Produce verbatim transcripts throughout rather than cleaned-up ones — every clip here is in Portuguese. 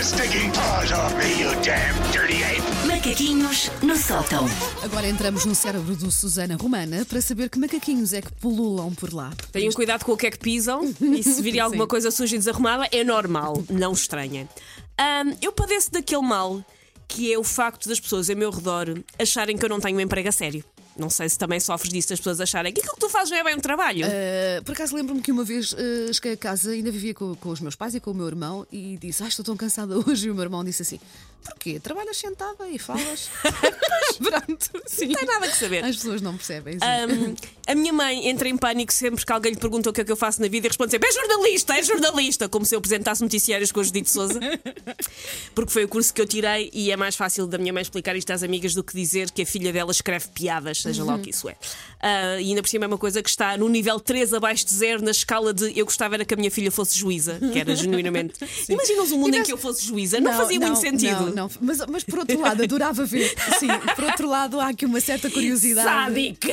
stinking paws off me, you damn dirty ape! Macaquinhos no sótão. Agora entramos no cérebro do Susana Romana para saber que macaquinhos é que pululam por lá. Tenham cuidado com o que é que pisam e se virem alguma Sim. coisa suja e desarrumada é normal, não estranha. Ahm, eu padeço daquele mal que é o facto das pessoas ao meu redor acharem que eu não tenho um emprego a sério. Não sei se também sofres disso, as pessoas acharem que aquilo que tu fazes não é bem um trabalho. Uh, por acaso lembro-me que uma vez uh, cheguei a casa, ainda vivia com, com os meus pais e com o meu irmão, e disse: Ai, estou tão cansada hoje. E o meu irmão disse assim: Porquê? Trabalhas sentada e falas? Pronto, sim. Não tem nada que saber. As pessoas não percebem. Sim. Um, a minha mãe entra em pânico sempre que alguém lhe pergunta o que é que eu faço na vida e responde sempre: é jornalista, é jornalista, como se eu apresentasse noticiários com a Judite Souza. Porque foi o curso que eu tirei e é mais fácil da minha mãe explicar isto às amigas do que dizer que a filha dela escreve piadas, seja lá o que isso é. Uh, e ainda por cima é uma coisa que está no nível três abaixo de zero na escala de eu gostava era que a minha filha fosse juíza, que era genuinamente. Imaginas um mundo em que eu fosse juíza, não, não fazia não, muito sentido. Não, não. Mas, mas por outro lado, adorava ver. Sim, por outro lado, há aqui uma certa curiosidade. Sádica!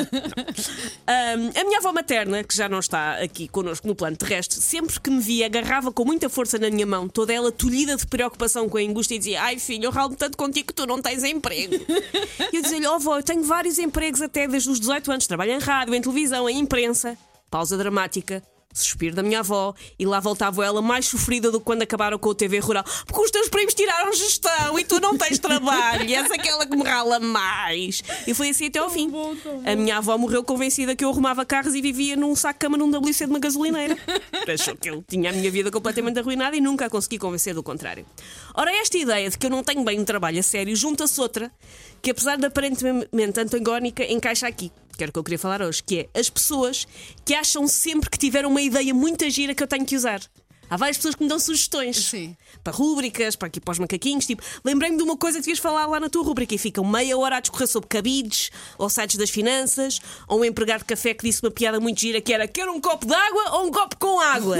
um, a minha avó materna, que já não está aqui connosco no plano terrestre, sempre que me via, agarrava com muita força na minha mão, toda ela tolhida de preocupação com a angústia, e dizia: ai filho, eu ralo tanto contigo que tu não tens emprego. E eu dizia-lhe: ó avó, eu tenho vários empregos até desde os dezoito anos, trabalho em rádio, em televisão, em imprensa. Pausa dramática. Suspiro da minha avó, e lá voltava ela mais sofrida do que quando acabaram com o T V Rural. Porque os teus primos tiraram gestão e tu não tens trabalho, e essa é aquela que me rala mais. E foi assim até ao fim. Bom, a minha avó morreu convencida que eu arrumava carros e vivia num saco-cama num W C de uma gasolineira. Achou que eu tinha a minha vida completamente arruinada e nunca a consegui convencer do contrário. Ora, esta ideia de que eu não tenho bem um trabalho a sério junta-se outra que, apesar de aparentemente antagónica, encaixa aqui, que era o que eu queria falar hoje, que é as pessoas que acham sempre que tiveram uma ideia muito gira que eu tenho que usar. Há várias pessoas que me dão sugestões. Sim. Para rúbricas, para, aqui, para os macaquinhos. Tipo, lembrei-me de uma coisa que devias falar lá na tua rúbrica e ficam meia hora a discorrer sobre cabides, ou sites das finanças, ou um empregado de café que disse uma piada muito gira que era: quero um copo de água ou um copo com água?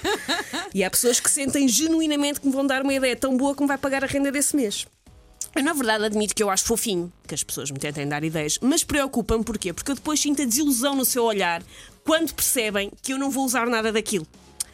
E há pessoas que sentem genuinamente que me vão dar uma ideia tão boa que me vai pagar a renda desse mês. Eu, na verdade, admito que eu acho fofinho que as pessoas me tentem dar ideias, mas preocupa-me porquê? Porque eu depois sinto a desilusão no seu olhar quando percebem que eu não vou usar nada daquilo.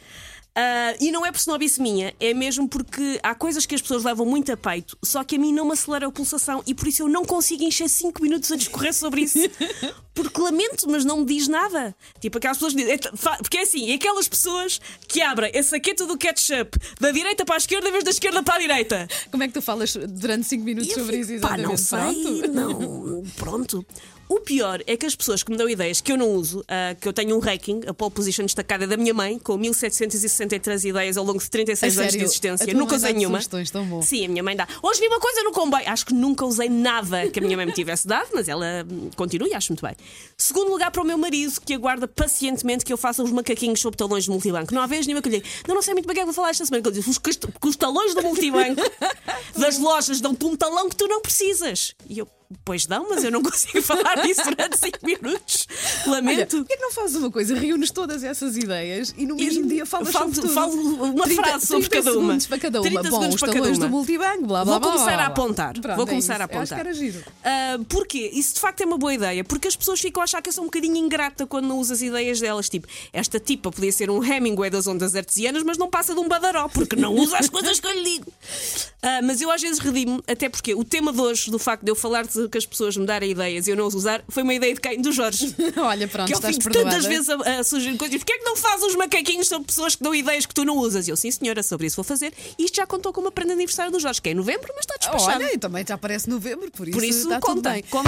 Uh, e não é por snobice minha, é mesmo porque há coisas que as pessoas levam muito a peito, só que a mim não me acelera a pulsação e por isso eu não consigo encher cinco minutos a discorrer sobre isso. Porque lamento, mas não me diz nada. Tipo aquelas pessoas que dizem, porque é assim, é aquelas pessoas que abrem a saqueta do ketchup da direita para a esquerda em vez da esquerda para a direita. Como é que tu falas durante cinco minutos Eu sobre fico, isso? pá, Exatamente. não sei, Pronto. não, pronto. O pior é que as pessoas que me dão ideias que eu não uso, uh, que eu tenho um ranking, a pole position destacada da minha mãe, com mil setecentas e sessenta e três ideias ao longo de trinta e seis A anos de sério? A existência. tua Nunca mãe usei dá-te nenhuma. sugestões, tão bom. Sim, a minha mãe dá. Hoje vi uma coisa no comboio. Acho que nunca usei nada que a minha mãe me tivesse dado, mas ela hum, continua e acho muito bem. Segundo lugar, para o meu marido, que aguarda pacientemente que eu faça uns macaquinhos sobre talões de multibanco. Não há vez nenhuma que eu lhe diga: não, não sei muito bem o que é que vou falar esta semana. Que eu disse: os, os talões do multibanco das lojas dão-te um talão que tu não precisas. E eu: pois dão, mas eu não consigo falar disso durante cinco minutos. Lamento. Olha, por que é que não fazes uma coisa? Reúnes todas essas ideias e no mesmo E dia falas falo, sobre tudo. falo uma trinta, frase sobre trinta cada uma. segundos para cada uma. trinta Bom, segundos os para cada talões uma. do multibanco, blá blá Vou blá. começar blá, a blá. apontar. Pronto, Vou é começar isso. a apontar. Eu acho que era giro. Uh, porquê? Isso de facto é uma boa ideia. Porque as pessoas ficam a achar que eu sou um bocadinho ingrata quando não uso as ideias delas. Tipo, esta tipa podia ser um Hemingway das ondas artesianas, mas não passa de um badaró, porque não usa as coisas que eu lhe digo. Uh, mas eu às vezes redimo, até porque o tema de hoje, do facto de eu falar de que as pessoas me darem ideias e eu não as usar, foi uma ideia de quem? Do Jorge. Olha, pronto, Que eu estás fico perdoada. tantas vezes a, a sugerir coisas. Porquê é que não fazes os macaquinhos sobre pessoas que dão ideias que tu não usas? E eu: sim senhora, sobre isso vou fazer. E isto já contou com uma prenda de aniversário do Jorge, que é em novembro, mas está despachado. Olha, e também já parece novembro, por isso, Por isso está tudo conta, bem. conta.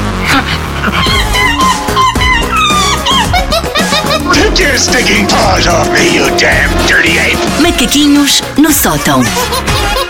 Take your stinking paws off me, you damn dirty ape! Macaquinhos no sótão.